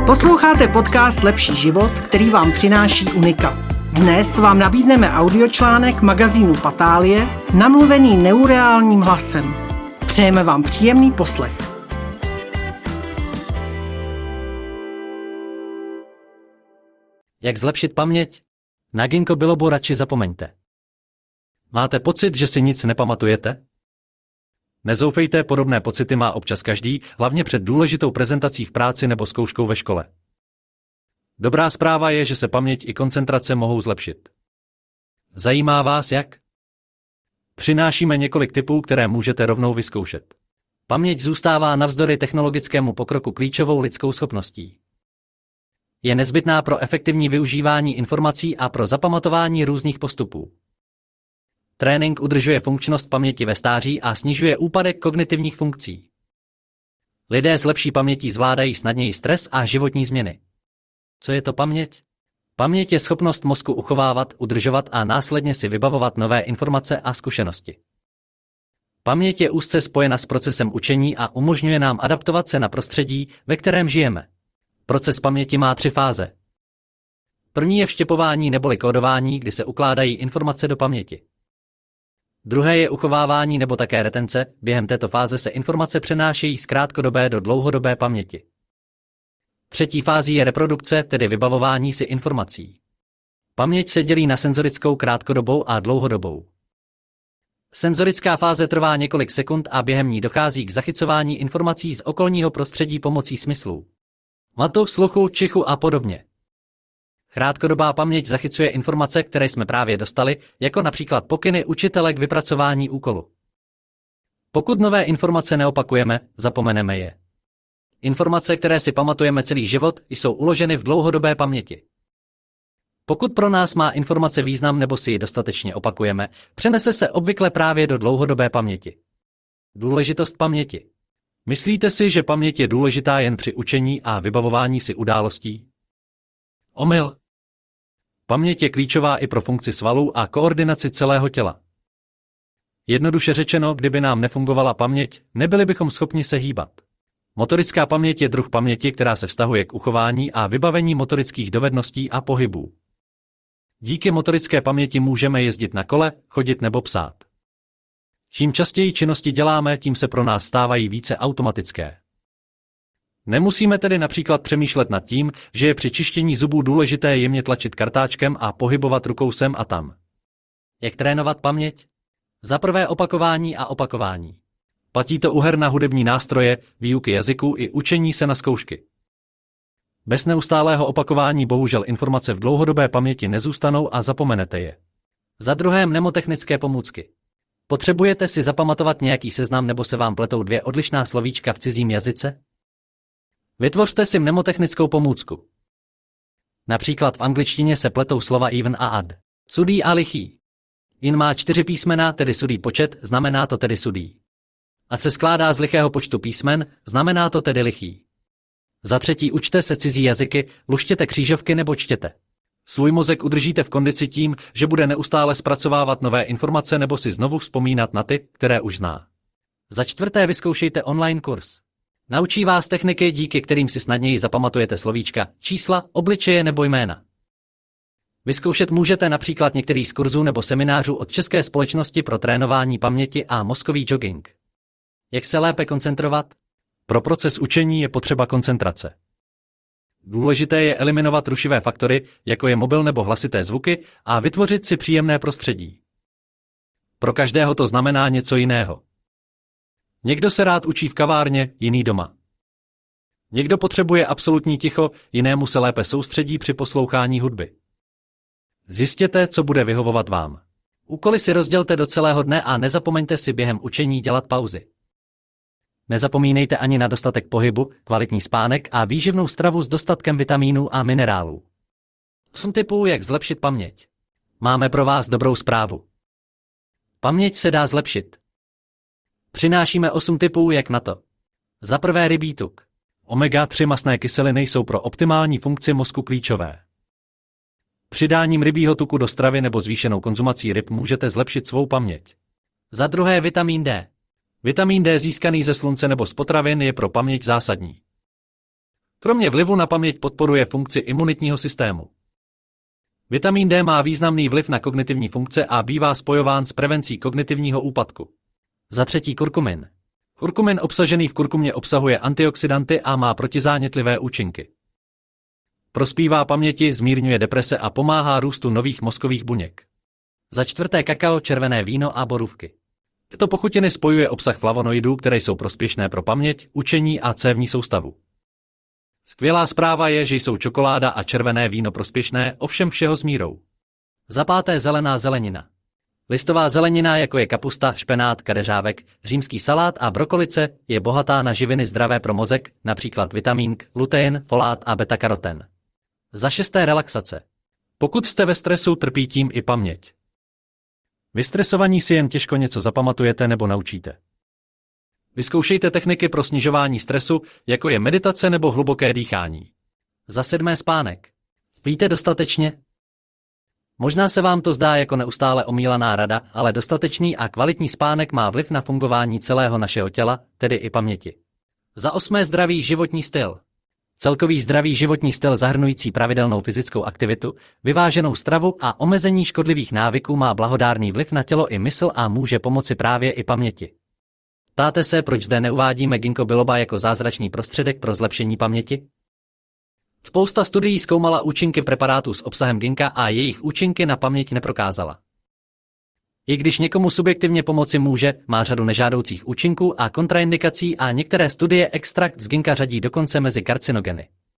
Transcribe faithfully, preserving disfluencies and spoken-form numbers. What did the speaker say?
Posloucháte podcast Lepší život, který vám přináší Unika. Dnes vám nabídneme audiočlánek magazínu Patálie, namluvený neureálním hlasem. Přejeme vám příjemný poslech. Jak zlepšit paměť? Na ginkgo bilobu radši zapomeňte. Máte pocit, že si nic nepamatujete? Nezoufejte, podobné pocity má občas každý, hlavně před důležitou prezentací v práci nebo zkouškou ve škole. Dobrá zpráva je, že se paměť i koncentrace mohou zlepšit. Zajímá vás jak? Přinášíme několik tipů, které můžete rovnou vyzkoušet. Paměť zůstává navzdory technologickému pokroku klíčovou lidskou schopností. Je nezbytná pro efektivní využívání informací a pro zapamatování různých postupů. Trénink udržuje funkčnost paměti ve stáří a snižuje úpadek kognitivních funkcí. Lidé s lepší pamětí zvládají snadněji stres a životní změny. Co je to paměť? Paměť je schopnost mozku uchovávat, udržovat a následně si vybavovat nové informace a zkušenosti. Paměť je úzce spojena s procesem učení a umožňuje nám adaptovat se na prostředí, ve kterém žijeme. Proces paměti má tři fáze. První je vštěpování neboli kódování, kdy se ukládají informace do paměti. Druhé je uchovávání nebo také retence, během této fáze se informace přenášejí z krátkodobé do dlouhodobé paměti. Třetí fází je reprodukce, tedy vybavování si informací. Paměť se dělí na senzorickou krátkodobou a dlouhodobou. Senzorická fáze trvá několik sekund a během ní dochází k zachycování informací z okolního prostředí pomocí smyslů. Matu, sluchu, čichu a podobně. Krátkodobá paměť zachycuje informace, které jsme právě dostali, jako například pokyny učitele k vypracování úkolu. Pokud nové informace neopakujeme, zapomeneme je. Informace, které si pamatujeme celý život, jsou uloženy v dlouhodobé paměti. Pokud pro nás má informace význam nebo si ji dostatečně opakujeme, přenese se obvykle právě do dlouhodobé paměti. Důležitost paměti. Myslíte si, že paměť je důležitá jen při učení a vybavování si událostí? Omyl. Paměť je klíčová i pro funkci svalů a koordinaci celého těla. Jednoduše řečeno, kdyby nám nefungovala paměť, nebyli bychom schopni se hýbat. Motorická paměť je druh paměti, která se vztahuje k uchování a vybavení motorických dovedností a pohybů. Díky motorické paměti můžeme jezdit na kole, chodit nebo psát. Čím častěji činnosti děláme, tím se pro nás stávají více automatické. Nemusíme tedy například přemýšlet nad tím, že je při čištění zubů důležité jemně tlačit kartáčkem a pohybovat rukou sem a tam. Jak trénovat paměť? Za prvé opakování a opakování. Platí to u her na hudební nástroje, výuky jazyků i učení se na zkoušky. Bez neustálého opakování bohužel informace v dlouhodobé paměti nezůstanou a zapomenete je. Za druhé mnemotechnické pomůcky. Potřebujete si zapamatovat nějaký seznam nebo se vám pletou dvě odlišná slovíčka v cizím jazyce? Vytvořte si mnemotechnickou pomůcku. Například v angličtině se pletou slova even a add. Sudý a lichý. In má čtyři písmena, tedy sudý počet, znamená to tedy sudý. A se skládá z lichého počtu písmen, znamená to tedy lichý. Za třetí učte se cizí jazyky, luštěte křížovky nebo čtěte. Svůj mozek udržíte v kondici tím, že bude neustále zpracovávat nové informace nebo si znovu vzpomínat na ty, které už zná. Za čtvrté vyzkoušejte online kurz. Naučí vás techniky, díky kterým si snadněji zapamatujete slovíčka, čísla, obličeje nebo jména. Vyzkoušet můžete například některý z kurzů nebo seminářů od České společnosti pro trénování paměti a mozkový jogging. Jak se lépe koncentrovat? Pro proces učení je potřeba koncentrace. Důležité je eliminovat rušivé faktory, jako je mobil nebo hlasité zvuky, a vytvořit si příjemné prostředí. Pro každého to znamená něco jiného. Někdo se rád učí v kavárně, jiný doma. Někdo potřebuje absolutní ticho, jinému se lépe soustředí při poslouchání hudby. Zjistěte, co bude vyhovovat vám. Úkoly si rozdělte do celého dne a nezapomeňte si během učení dělat pauzy. Nezapomínejte ani na dostatek pohybu, kvalitní spánek a výživnou stravu s dostatkem vitamínů a minerálů. osm tipů, jak zlepšit paměť. Máme pro vás dobrou zprávu. Paměť se dá zlepšit. Přinášíme osm tipů, jak na to. Za prvé rybí tuk. omega tři mastné kyseliny jsou pro optimální funkci mozku klíčové. Přidáním rybího tuku do stravy nebo zvýšenou konzumací ryb můžete zlepšit svou paměť. Za druhé vitamín D. Vitamín D získaný ze slunce nebo z potravin je pro paměť zásadní. Kromě vlivu na paměť podporuje funkci imunitního systému. Vitamin D má významný vliv na kognitivní funkce a bývá spojován s prevencí kognitivního úpadku. Za třetí kurkumin. Kurkumin obsažený v kurkumě obsahuje antioxidanty a má protizánětlivé účinky. Prospívá paměti, zmírňuje deprese a pomáhá růstu nových mozkových buněk. Za čtvrté kakao, červené víno a borůvky. Tyto pochutiny spojuje obsah flavonoidů, které jsou prospěšné pro paměť, učení a cévní soustavu. Skvělá zpráva je, že jsou čokoláda a červené víno prospěšné, ovšem všeho s mírou. Za páté zelená zelenina. Listová zelenina, jako je kapusta, špenát, kadeřávek, římský salát a brokolice, je bohatá na živiny zdravé pro mozek, například vitamín K, lutein, folát a beta-karoten. Za šesté relaxace. Pokud jste ve stresu, trpí tím i paměť. Vystresovaní si jen těžko něco zapamatujete nebo naučíte. Vyzkoušejte techniky pro snižování stresu, jako je meditace nebo hluboké dýchání. Za sedmé spánek. Spíte dostatečně? Možná se vám to zdá jako neustále omílaná rada, ale dostatečný a kvalitní spánek má vliv na fungování celého našeho těla, tedy i paměti. Za osmé zdravý životní styl. Celkový zdravý životní styl zahrnující pravidelnou fyzickou aktivitu, vyváženou stravu a omezení škodlivých návyků má blahodárný vliv na tělo i mysl a může pomoci právě i paměti. Ptáte se, proč zde neuvádíme ginkgo biloba jako zázračný prostředek pro zlepšení paměti? Spousta studií zkoumala účinky preparátů s obsahem ginka a jejich účinky na paměť neprokázala. I když někomu subjektivně pomoci může, má řadu nežádoucích účinků a kontraindikací a některé studie extrakt z ginka řadí dokonce mezi karcinogeny.